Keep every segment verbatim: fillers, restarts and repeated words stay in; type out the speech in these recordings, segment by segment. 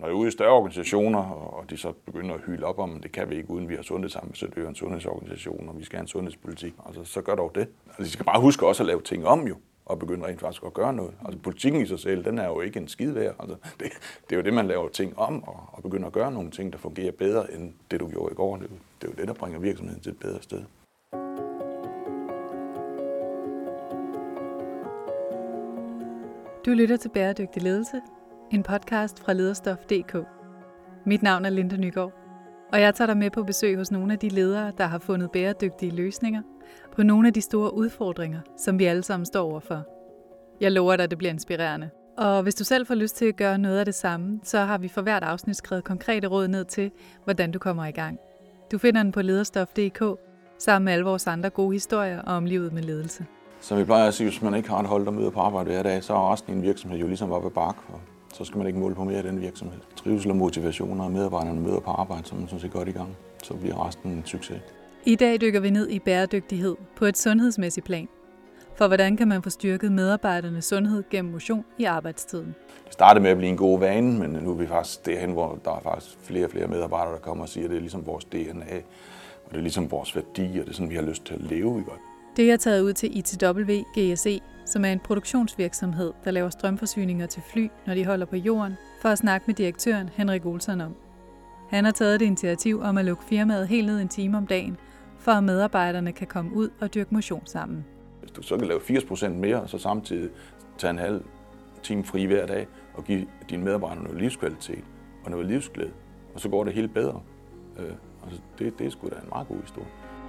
Når jeg er ude i større organisationer, og de så begynder at hylde op om, det kan vi ikke, uden vi har sundhedsambassadører, en sundhedsorganisation, og vi skal have en sundhedspolitik, altså så gør dog det. Altså, de skal bare huske også at lave ting om jo, og begynde rent faktisk at gøre noget. Altså politikken i sig selv, den er jo ikke en skid værd. Altså, det, det er jo det, man laver ting om, og, og begynder at gøre nogle ting, der fungerer bedre, end det du gjorde i går. Det er jo det, er jo det der bringer virksomheden til et bedre sted. Du lytter til Bæredygtig Ledelse, en podcast fra lederstof punktum d k. Mit navn er Linda Nygaard, og jeg tager dig med på besøg hos nogle af de ledere, der har fundet bæredygtige løsninger på nogle af de store udfordringer, som vi alle sammen står overfor. Jeg lover dig, at det bliver inspirerende. Og hvis du selv får lyst til at gøre noget af det samme, så har vi for hvert afsnit skrevet konkrete råd ned til, hvordan du kommer i gang. Du finder den på lederstof punktum d k, sammen med alle vores andre gode historier om livet med ledelse. Så vi plejer at sige, at hvis man ikke har et hold, der møder på arbejde hver dag, så er resten af en virksomhed jo ligesom op ad bakke. Så skal man ikke måle på mere af den virksomhed. Trivsel og motivation, og medarbejderne møder på arbejde, så man sådan set godt i gang. Så bliver resten en succes. I dag dykker vi ned i bæredygtighed på et sundhedsmæssigt plan. For hvordan kan man få styrket medarbejdernes sundhed gennem motion i arbejdstiden? Det startede med at blive en god vane, men nu er vi faktisk derhen, hvor der er faktisk flere og flere medarbejdere, der kommer og siger, at det er ligesom vores D N A, og det er ligesom vores værdi, og det er sådan, vi har lyst til at leve i godt. Det er taget ud til I T W G S E, som er en produktionsvirksomhed, der laver strømforsyninger til fly, når de holder på jorden, for at snakke med direktøren Henrik Olsson om. Han har taget et initiativ om at lukke firmaet helt ned en time om dagen, for at medarbejderne kan komme ud og dyrke motion sammen. Hvis du så kan lave firs procent mere, og så samtidig tage en halv time fri hver dag, og give dine medarbejdere noget livskvalitet og noget livsglæde, og så går det helt bedre. Øh, altså det, det er sgu da en meget god historie.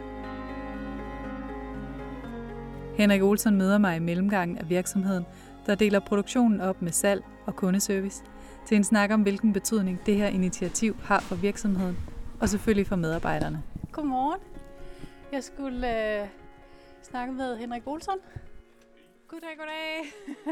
Henrik Olsson møder mig i mellemgangen af virksomheden, der deler produktionen op med salg og kundeservice, til en snak om, hvilken betydning det her initiativ har for virksomheden, og selvfølgelig for medarbejderne. Godmorgen. Jeg skulle øh, snakke med Henrik Olsson. Goddag, goddag.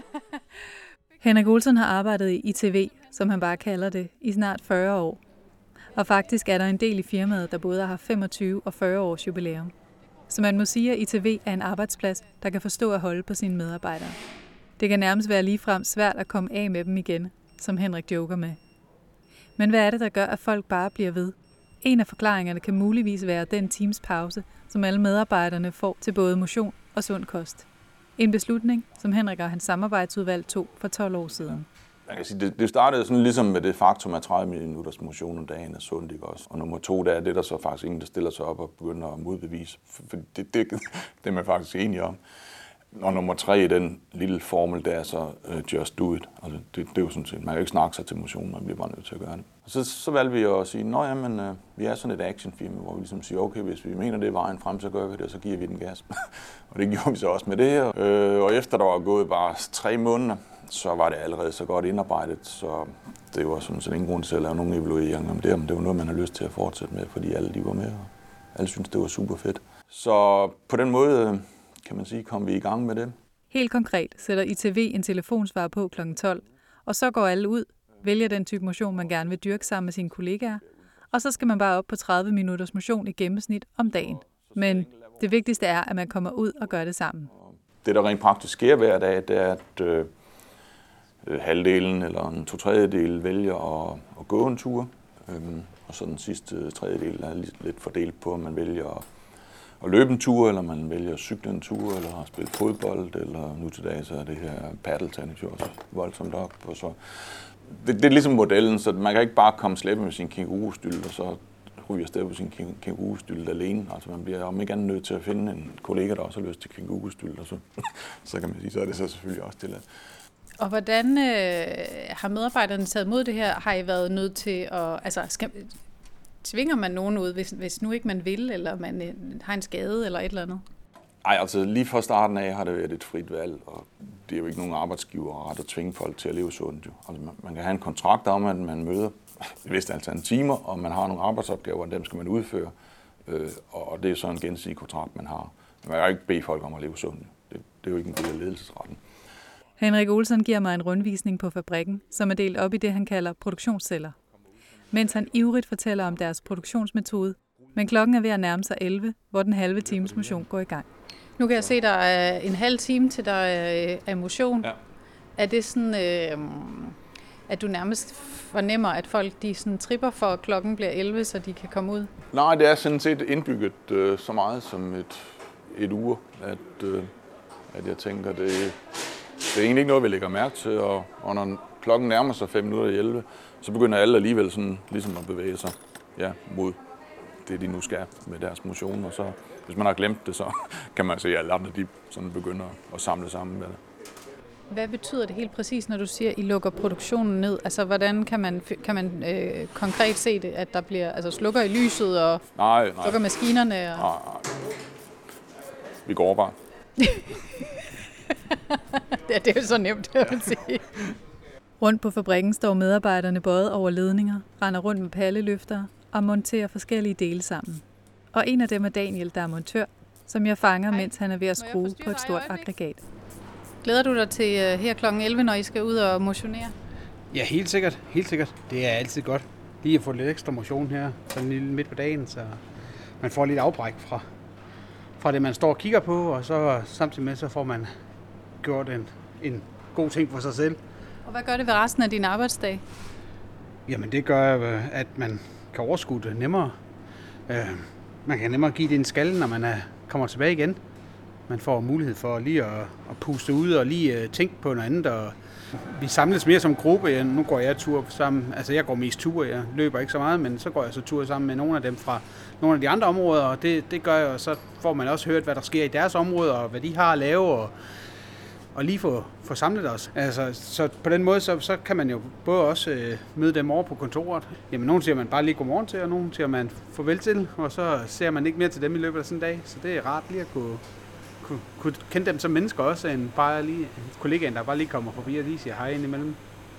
Henrik Olsson har arbejdet i I T V, som han bare kalder det, i snart fyrre år. Og faktisk er der en del i firmaet, der både har femogtyve og fyrre års jubilæum. Så man må sige, at I T V er en arbejdsplads, der kan forstå at holde på sine medarbejdere. Det kan nærmest være ligefrem svært at komme af med dem igen, som Henrik joker med. Men hvad er det, der gør, at folk bare bliver ved? En af forklaringerne kan muligvis være den times pause, som alle medarbejderne får til både motion og sund kost. En beslutning, som Henrik og hans samarbejdsudvalg tog for tolv år siden. Man kan sige, det, det startede sådan ligesom med det faktum, at tredive minutters motion om dagen er sundt, ikke også? Og nummer to, der er det, der så faktisk ingen, der stiller sig op og begynder at modbevise. For det, det, det er man faktisk enige om. Og nummer tre, den lille formel, der er så uh, just do it. Altså, det, det er jo sådan set, man kan jo ikke snakke sig til motion, man bliver bare nødt til at gøre det. Og så, så valgte vi at sige, nå jamen, uh, vi er sådan et actionfirma, hvor vi ligesom siger, okay, hvis vi mener, det er vejen frem, så gør vi det, og så giver vi den gas. Og det gjorde vi så også med det her. Uh, og efter der var gået bare tre måneder, så var det allerede så godt indarbejdet, så det var sådan set ingen grund til at lave nogen evaluering om det, men det var noget, man har lyst til at fortsætte med, fordi alle de var med, og alle syntes, det var super fedt. Så på den måde, kan man sige, kom vi i gang med det. Helt konkret sætter I T V en telefonsvar på klokken tolv, og så går alle ud, vælger den type motion, man gerne vil dyrke sammen med sine kollegaer, og så skal man bare op på tredive minutters motion i gennemsnit om dagen. Men det vigtigste er, at man kommer ud og gør det sammen. Det, der rent praktisk sker hver dag, det er, at øh, halvdelen eller en to tredjedel vælger at, at gå en tur, øhm, og så den sidste tredjedel er lidt fordelt på, om man vælger at, at løbe en tur, eller man vælger at cykle en tur, eller at spille fodbold, eller nu til dag så er det her paddeltennis jo også voldsomt op. Og så. Det, det er ligesom modellen, så man kan ikke bare komme slæbe med sin kængurustylt, og så ryger afsted på sin kængurustylt alene. Altså man bliver om ikke andet nødt til at finde en kollega, der også har lyst til kængurustylt, og så, så kan man sige, så er det så selvfølgelig også tilladt. Og hvordan øh, har medarbejderne taget mod det her? Har I været nødt til at... Altså, skal, tvinger man nogen ud, hvis, hvis nu ikke man vil, eller man øh, har en skade, eller et eller andet? Nej, altså lige fra starten af har det været et frit valg, og det er jo ikke nogen arbejdsgiver ret at tvinge folk til at leve sundt. Altså, man, man kan have en kontrakt om, at man møder et vist antal timer, og man har nogle arbejdsopgaver, og dem skal man udføre, øh, og det er så en gensidig kontrakt, man har. Man kan ikke bede folk om at leve sundt. Det, det er jo ikke en del af ledelsesretten. Henrik Olsson giver mig en rundvisning på fabrikken, som er delt op i det, han kalder produktionsceller. Mens han ivrigt fortæller om deres produktionsmetode, men klokken er ved at nærme sig elleve, hvor den halve times motion går i gang. Nu kan jeg se, der er en halv time til der er motion. Ja. Er det sådan, øh, at du nærmest fornemmer, at folk de sådan tripper for, at klokken bliver elleve, så de kan komme ud? Nej, det er sådan set indbygget øh, så meget som et, et ur, at, øh, at jeg tænker, det, det er egentlig ikke noget, vi lægger mærke til, og, og når klokken nærmer sig fem minutter i elleve, så begynder alle alligevel sådan, ligesom at bevæge sig ja, mod det, de nu skal med deres motion, og så hvis man har glemt det, så kan man se, at alle andre de sådan begynder at samle sammen med det. Hvad betyder det helt præcis, når du siger, at I lukker produktionen ned? Altså, hvordan kan man, kan man øh, konkret se det, at der bliver, altså slukker i lyset og nej, nej. slukker maskinerne? Og... Nej, nej. Vi går bare. ja, det er jo så nemt, jeg vil sige. Rundt på fabrikken står medarbejderne bøjet over ledninger, render rundt med palleløftere og monterer forskellige dele sammen. Og en af dem er Daniel, der er montør, som jeg fanger, mens han er ved at skrue på et stort aggregat. Glæder du dig til her klokken elleve, når I skal ud og motionere? Ja, helt sikkert. Helt sikkert. Det er altid godt. Lige at få lidt ekstra motion her, sådan lige midt på dagen, så man får lidt afbræk fra, fra det, man står og kigger på, og så samtidig med, så får man gjort en, en god ting for sig selv. Og hvad gør det ved resten af din arbejdsdag? Jamen, det gør, at man kan overskue det nemmere. Man kan nemmere give det en skalle, når man er, kommer tilbage igen. Man får mulighed for lige at, at puste ud og lige tænke på noget andet. Og vi samles mere som gruppe. Ja, nu går jeg tur sammen. Altså, jeg går mest tur. Jeg løber ikke så meget, men så går jeg så tur sammen med nogle af dem fra nogle af de andre områder. Og det, det gør jeg, og så får man også hørt, hvad der sker i deres områder, og hvad de har at lave, og, og lige få, få samlet os. Altså, så på den måde, så, så kan man jo både også øh, møde dem over på kontoret. Jamen, nogen siger man bare lige godmorgen til, og nogen siger man farvel til, og så ser man ikke mere til dem i løbet af sådan en dag. Så det er rart lige at kunne Kunne, kunne kende dem som mennesker også, end bare lige kollegaen, der bare lige kommer forbi og lige siger hej indimellem.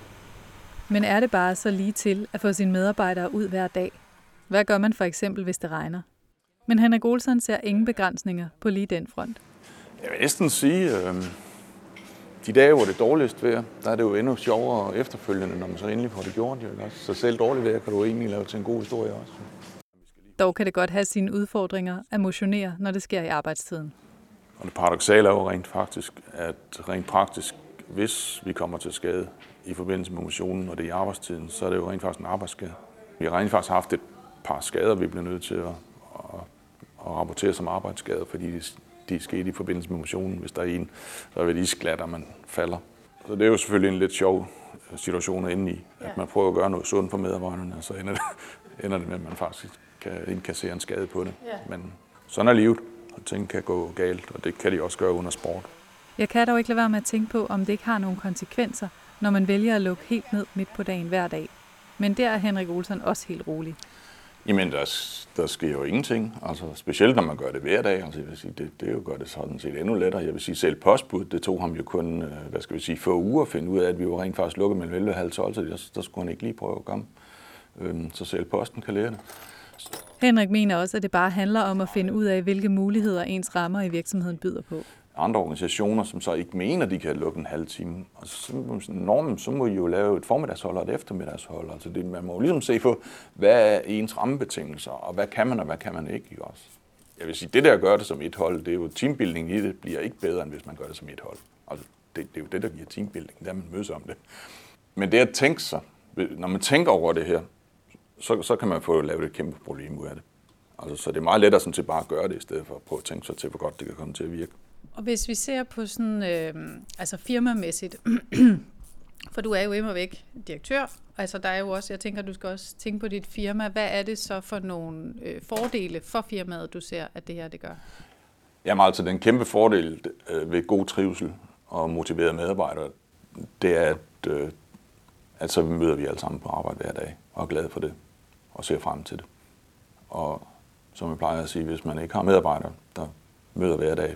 Men er det bare så lige til at få sine medarbejdere ud hver dag? Hvad gør man for eksempel, hvis det regner? Men Henrik Olsson ser ingen begrænsninger på lige den front. Jeg vil næsten sige, øh, de dage, hvor det er dårligst vejr, der er det jo endnu sjovere efterfølgende, når man så endelig får det gjort. Jo, ikke? Så selv dårligt vejr kan du egentlig lave til en god historie også. Dog kan det godt have sine udfordringer at motionere, når det sker i arbejdstiden. Og det paradoksale er jo rent faktisk, at rent praktisk, hvis vi kommer til skade i forbindelse med motionen, og det er i arbejdstiden, så er det jo rent faktisk en arbejdsskade. Vi har rent faktisk haft et par skader, vi bliver nødt til at, at, at rapportere som arbejdsskader, fordi de, de er sket i forbindelse med motionen. Hvis der er en, der er ved isklat, og man falder. Så det er jo selvfølgelig en lidt sjov situation at ende i, at man prøver at gøre noget sundt for medarbejderne, og så ender det, ender det med, at man faktisk kan indkassere en skade på det. Men sådan er livet. Og ting kan gå galt, og det kan de også gøre under sport. Jeg kan dog ikke lade være med at tænke på, om det ikke har nogle konsekvenser, når man vælger at lukke helt ned midt på dagen hver dag. Men der er Henrik Olsson også helt rolig. Jamen, der, der sker jo ingenting. Altså, specielt når man gør det hver dag. Altså, jeg vil sige, det, det jo gør det sådan set endnu lettere. Jeg vil sige, selv postbud, det tog ham jo kun, hvad skal vi sige, få uger at finde ud af, at vi var rent faktisk lukket mellem elleve og halv tolv, så der, der skulle han ikke lige prøve at komme. Så selv posten kan lære det. Henrik mener også, at det bare handler om at finde ud af, hvilke muligheder ens rammer i virksomheden byder på. Andre organisationer, som så ikke mener, de kan lukke en halv time. Og så, normen, så må I jo lave et formiddagshold og et eftermiddagshold. Altså det, man må jo ligesom se på, hvad er ens rammebetingelser, og hvad kan man, og hvad kan man ikke også. Jeg vil sige, det der gør det som et hold, det er jo teambuilding i det, bliver ikke bedre, end hvis man gør det som et hold. Altså det, det er jo det, der giver teambuilding, der man mødes om det. Men det at tænke sig, når man tænker over det her, Så, så kan man få lavet et kæmpe problem ud af det. Altså, så det er meget lettere sådan til bare at gøre det, i stedet for at prøve at tænke sig til, hvor godt det kan komme til at virke. Og hvis vi ser på sådan, øh, altså firmamæssigt, for du er jo immer væk direktør, altså der er jo også, jeg tænker, du skal også tænke på dit firma. Hvad er det så for nogle øh, fordele for firmaet, du ser, at det her det gør? Jamen altså, den kæmpe fordel øh, ved god trivsel og motiverede medarbejdere, det er, at, øh, at så møder vi alle sammen på arbejde hver dag og er glade for det og ser frem til det. Og som jeg plejer at sige, hvis man ikke har medarbejdere, der møder hver dag,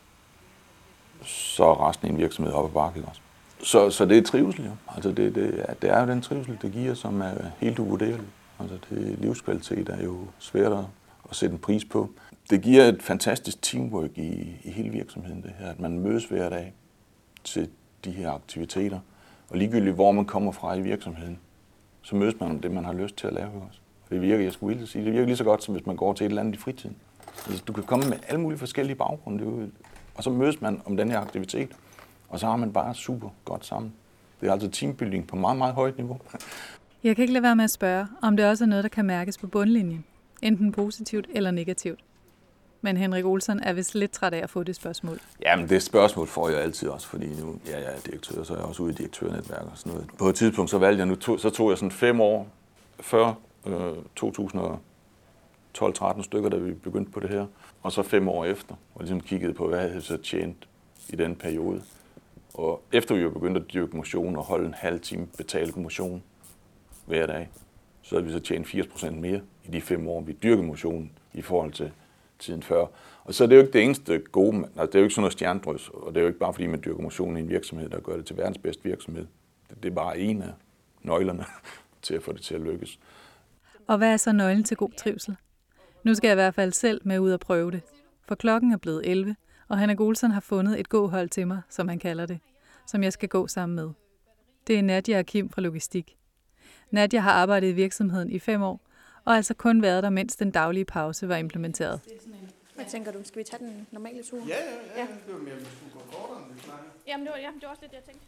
så er resten af en virksomhed op ad bakke også. Så, så det er trivsel, jo. Altså det, det, det er jo den trivsel, det giver, som er helt uvurderlig. Altså det, livskvalitet er jo svært at, at sætte en pris på. Det giver et fantastisk teamwork i, i hele virksomheden, det her, at man mødes hver dag til de her aktiviteter. Og ligegyldigt, hvor man kommer fra i virksomheden, så mødes man om det, man har lyst til at lave også. Det virker, jeg skulle vildt sige, det virker lige så godt, som hvis man går til et eller andet i fritiden. Altså, du kan komme med alle mulige forskellige baggrunde, og så mødes man om den her aktivitet, og så har man bare super godt sammen. Det er altså teambuilding på meget, meget højt niveau. Jeg kan ikke lade være med at spørge, om det også er noget, der kan mærkes på bundlinjen, enten positivt eller negativt. Men Henrik Olsen er vist lidt træt af at få det spørgsmål. Jamen, det spørgsmål får jeg altid også, fordi nu ja, jeg er direktør, så er jeg også ude i direktørnetværk og sådan noget. På et tidspunkt, så valgte jeg nu, to, så tog jeg sådan fem år før øh, to tusind og tolv tretten stykker, da vi begyndte på det her, og så fem år efter, og ligesom kiggede på, hvad jeg havde så tjent i den periode. Og efter vi jo begyndte at dyrke motion og holde en halv time betalt motion hver dag, så havde vi så tjent firs procent mere i de fem år, vi dyrkede motion i forhold til tiden før. Og så er det jo ikke det eneste gode, altså det er jo ikke sådan noget stjernedrys, og det er jo ikke bare fordi man dyrker motion i en virksomhed, der gør det til verdens bedste virksomhed. Det er bare en af nøglerne til at få det til at lykkes. Og hvad er så nøglen til god trivsel? Nu skal jeg i hvert fald selv med ud og prøve det, for klokken er blevet elleve, og Henrik Olsen har fundet et gåhold til mig, som han kalder det, som jeg skal gå sammen med. Det er Nadia og Kim fra Logistik. Nadia har arbejdet i virksomheden i fem år, og altså kun været der, mens den daglige pause var implementeret. Hvad tænker du? Skal vi tage den normale tur? Ja, ja, ja. ja. Det var mere, at vi skulle gå kortere, end vi plejer. Jamen, det var, ja, det var også lidt det, jeg tænkte.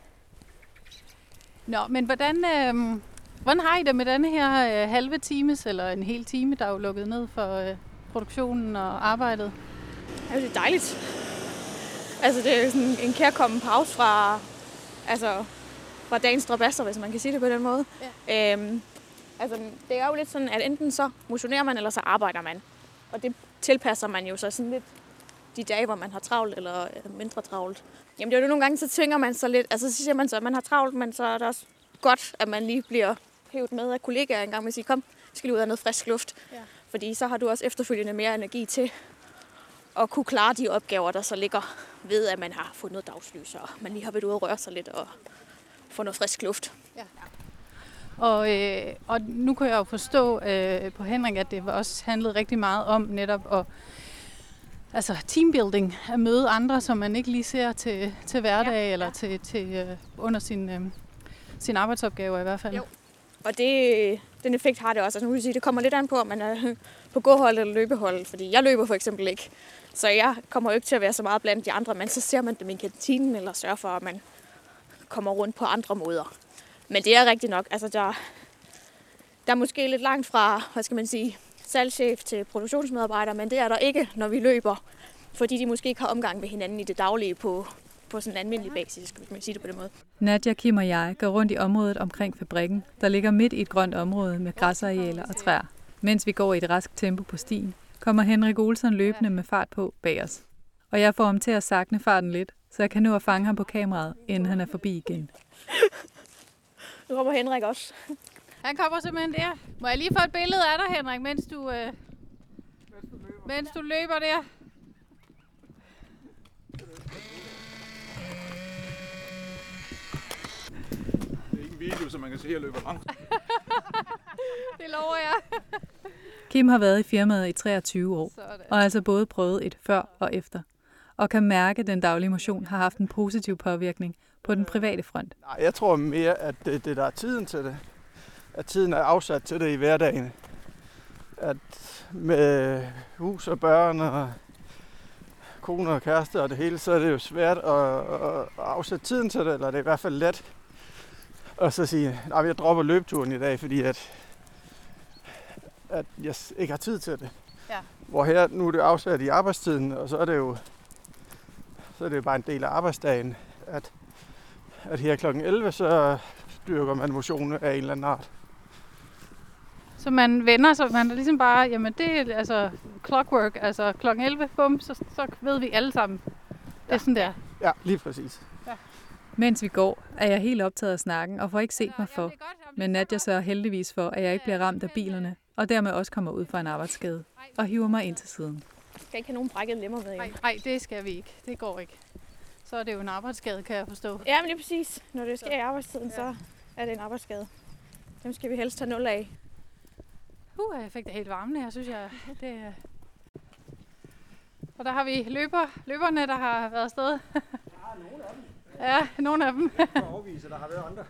Nå, men hvordan, øh, hvordan har I det med denne her øh, halve times, eller en hel time, der er jo lukket ned for øh, produktionen og arbejdet? Ja, det er dejligt. Altså, det er jo sådan en kærkommen pause fra, altså, fra dagens strabasser, hvis man kan sige det på den måde. Ja. Øhm, altså, det er jo lidt sådan, at enten så motionerer man, eller så arbejder man. Og det tilpasser man jo så sådan lidt de dage, hvor man har travlt eller mindre travlt. Jamen det er jo nogle gange, så tvinger man sig lidt, altså så siger man så, at man har travlt, men så er det også godt, at man lige bliver hævet med af kollegaer en gang med at sige, kom, vi skal lige ud af noget frisk luft. Ja. Fordi så har du også efterfølgende mere energi til at kunne klare de opgaver, der så ligger ved, at man har fået noget dagslys, og man lige har været ude og røre sig lidt og få noget frisk luft. Ja. Og, øh, og nu kan jeg jo forstå øh, på Henrik, at det også handlede rigtig meget om netop at, altså teambuilding, at møde andre, som man ikke lige ser til, til hverdag ja, eller ja. til, til øh, under sin, øh, sin arbejdsopgaver i hvert fald. Jo. Og det, den effekt har det også. Altså, nu vil jeg sige, det kommer lidt an på, om man er på gåhold eller løbehold, fordi jeg løber for eksempel ikke. Så jeg kommer jo ikke til at være så meget blandt de andre, men så ser man dem i kantinen eller sørger for, at man kommer rundt på andre måder. Men det er rigtigt nok. Altså, der, der er måske lidt langt fra, hvad skal man sige, salgschef til produktionsmedarbejder, men det er der ikke, når vi løber, fordi de måske ikke har omgang med hinanden i det daglige på, på sådan en almindelig basis, skal man sige det på den måde. Nadia, Kim og jeg går rundt i området omkring fabrikken, der ligger midt i et grønt område med græsarealer og træer. Mens vi går i et rask tempo på stien, kommer Henrik Olsen løbende med fart på bag os. Og jeg får ham til at sakne farten lidt, så jeg kan nå at fange ham på kameraet, inden han er forbi igen. Nu kommer Henrik også. Han kommer simpelthen der. Må jeg lige få et billede af dig, Henrik, mens du, øh, mens du løber der? Det er ikke en video, så man kan se, at jeg løber langt. Det lover jeg. Kim har været i firmaet i treogtyve år, Sådan. og altså både prøvet et før og efter, og kan mærke, at den daglige motion har haft en positiv påvirkning på den private front. Nej, jeg tror mere, at det, det der er tiden til det. At tiden er afsat til det i hverdagen. At med hus og børn og kone og kæreste og det hele, så er det jo svært at, at afsætte tiden til det, eller det er i hvert fald let. Og så sige, at jeg dropper løbeturen i dag, fordi at, at jeg ikke har tid til det. Ja. Hvor her, nu er det afsat i arbejdstiden, og så er det jo, så er det jo bare en del af arbejdsdagen, at at her klokken elleve, så dyrker man motion af en eller anden art. Så man vender, så man er ligesom bare, jamen det er altså clockwork, altså klokken elleve, bum, så, så ved vi alle sammen. Det er ja. sådan der. Ja, lige præcis. Ja. Mens vi går, er jeg helt optaget af snakken og får ikke set mig for. Men Nadia sørger heldigvis for, at jeg ikke bliver ramt af bilerne, og dermed også kommer ud fra en arbejdsskade og hiver mig ind til siden. Jeg skal ikke have nogen brækket lemmer med. Nej, nej, det skal vi ikke. Det går ikke. Så er det jo en arbejdsskade, kan jeg forstå. Ja, men lige præcis. Når det sker i arbejdstiden, så er det en arbejdsskade. Dem skal vi helst tage nul af. Uh, jeg fik det helt varme her, synes jeg. Det, uh... Og der har vi løber, løberne, der har været afsted. Ja, nogle af dem. Ja, nogle af dem. Jeg kan overvise, der har været andre.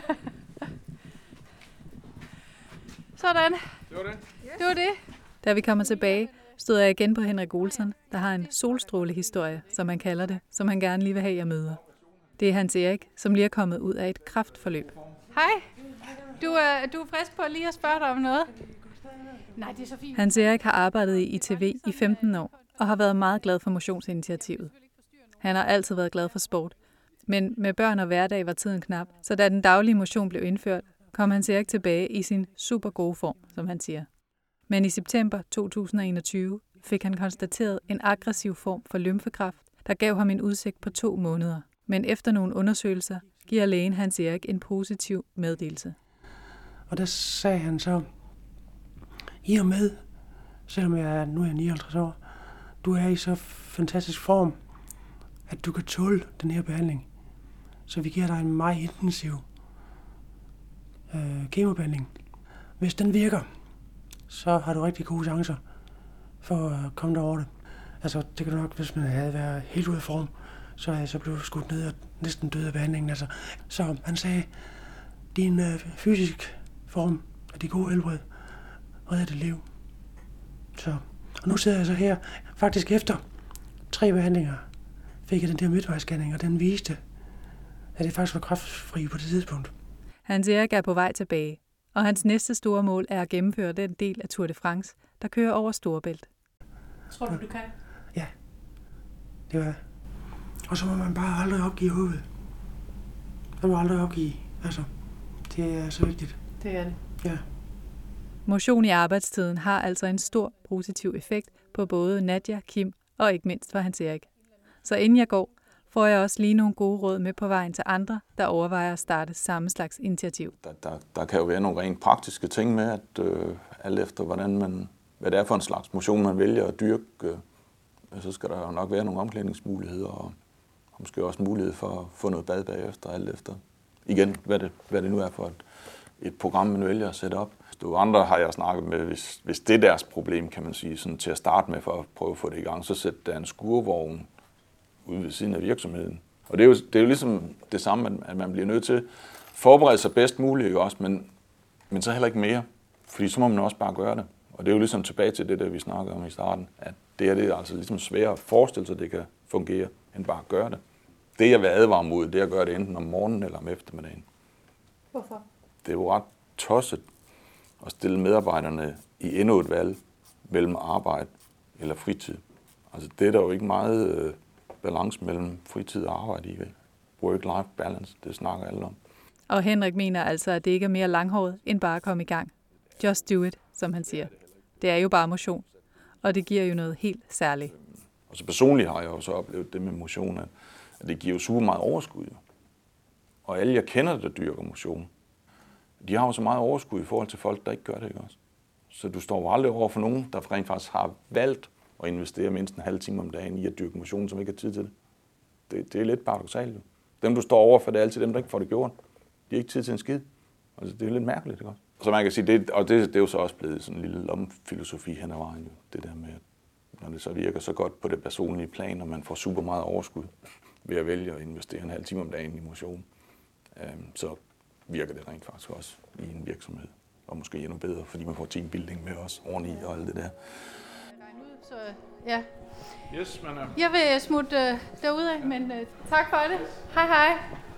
Sådan. Det var det. Det var det. Da vi kommer tilbage, stod jeg igen på Henrik Olsen, der har en solstrålehistorie, som han kalder det, som han gerne lige vil have, jeg møder. Det er Hans Erik, som lige er kommet ud af et kræftforløb. Hej, du er, du er frisk på lige at spørge dig om noget? Nej, det er så fint. Hans Erik har arbejdet i I T V i femten år og har været meget glad for motionsinitiativet. Han har altid været glad for sport, men med børn og hverdag var tiden knap, så da den daglige motion blev indført, kom Hans Erik tilbage i sin super gode form, som han siger. Men i september to tusind og enogtyve fik han konstateret en aggressiv form for lymfekræft, der gav ham en udsigt på to måneder. Men efter nogle undersøgelser giver lægen Hans Erik en positiv meddelelse. Og der sagde han så, i og med, selvom jeg er, nu er jeg nioghalvtreds år, du er i så fantastisk form, at du kan tåle den her behandling. Så vi giver dig en meget intensiv øh, kemobehandling. Hvis den virker, så har du rigtig gode chancer for at komme derover det. Altså, det kan du nok, hvis man havde været helt ude af form, så er jeg så blevet skudt ned og næsten død af behandlingen. Altså. Så han sagde, din øh, fysisk form og de gode helbred redder dit liv. Så, og nu sidder jeg så her, faktisk efter tre behandlinger, fik jeg den der midtvejsscanning, og den viste, at det faktisk var kræftfri på det tidspunkt. Hans Erik er på vej tilbage, og hans næste store mål er at gennemføre den del af Tour de France, der kører over Storebælt. Tror du, du kan? Ja, det var. Og så må man bare aldrig opgive håbet. Man må aldrig opgive. Altså, det er så vigtigt. Det er det. Ja. Motion i arbejdstiden har altså en stor positiv effekt på både Nadia, Kim og ikke mindst for Hans Erik. Så inden jeg går, får jeg også lige nogle gode råd med på vejen til andre, der overvejer at starte samme slags initiativ. Der, der, der kan jo være nogle rent praktiske ting med, at øh, alt efter hvordan man, hvad det er for en slags motion, man vælger at dyrke, øh, så skal der jo nok være nogle omklædningsmuligheder, og, og måske også mulighed for at få noget bad bagefter, alt efter. Igen, hvad det, hvad det nu er for et, et program, man vælger at sætte op. Du andre har jeg snakket med, hvis, hvis det er deres problem, kan man sige, sådan til at starte med for at prøve at få det i gang, så sæt der en skurvogn ude ved siden af virksomheden. Og det er jo, det er jo ligesom det samme, at man bliver nødt til at forberede sig bedst muligt, ikke også, men, men så heller ikke mere, fordi så må man også bare gøre det. Og det er jo ligesom tilbage til det, der vi snakkede om i starten, at det her det er altså ligesom sværere at forestille sig, at det kan fungere, end bare at gøre det. Det, jeg vil advare mod, det er at gøre det enten om morgenen eller om eftermiddagen. Hvorfor? Det er jo ret tosset at stille medarbejderne i endnu et valg mellem arbejde eller fritid. Altså det er der jo ikke meget øh, balance mellem fritid og arbejde i. Work-life balance, det snakker alle om. Og Henrik mener altså, at det ikke er mere langhåret, end bare at komme i gang. Just do it, som han siger. Det er jo bare motion, og det giver jo noget helt særligt. Og så personligt har jeg jo så oplevet det med motion, at det giver jo super meget overskud. Og alle jeg kender, der dyrker motion, de har jo så meget overskud i forhold til folk, der ikke gør det, ikke også? Så du står jo aldrig over for nogen, der rent faktisk har valgt at investere mindst en halv time om dagen i at dyrke motion, som ikke har tid til det. Det, det er lidt paradoksalt. Dem, du står over for, det er altid dem, der ikke får det gjort. De har ikke tid til en skid. Altså, det er lidt mærkeligt, ikke også? Så man kan sige, det, og det, det er jo så også blevet sådan en lille lommefilosofi hen ad vejen, jo. Det der med, at når det så virker så godt på det personlige plan, og man får super meget overskud ved at vælge at investere en halv time om dagen i motion, øhm, så virker det rent faktisk også i en virksomhed. Og måske endnu bedre, fordi man får teambuilding med os oveni og alt det der. Så, ja. Yes, men, uh... Jeg vil smutte uh, derudad, men uh, tak for det. Hej hej.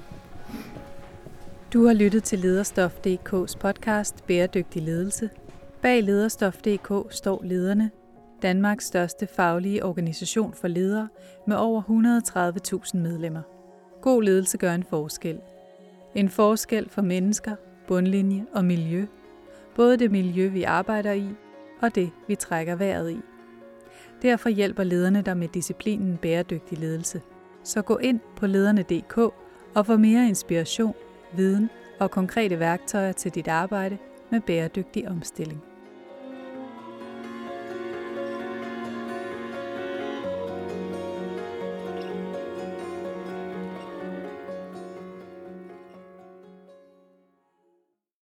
Du har lyttet til Lederstof punktum d k's podcast Bæredygtig Ledelse. Bag Lederstof punktum d k står lederne, Danmarks største faglige organisation for ledere med over et hundrede og tredive tusind medlemmer. God ledelse gør en forskel. En forskel for mennesker, bundlinje og miljø. Både det miljø, vi arbejder i, og det, vi trækker vejret i. Derfor hjælper lederne dig med disciplinen bæredygtig ledelse. Så gå ind på lederne punktum d k og få mere inspiration, viden og konkrete værktøjer til dit arbejde med bæredygtig omstilling.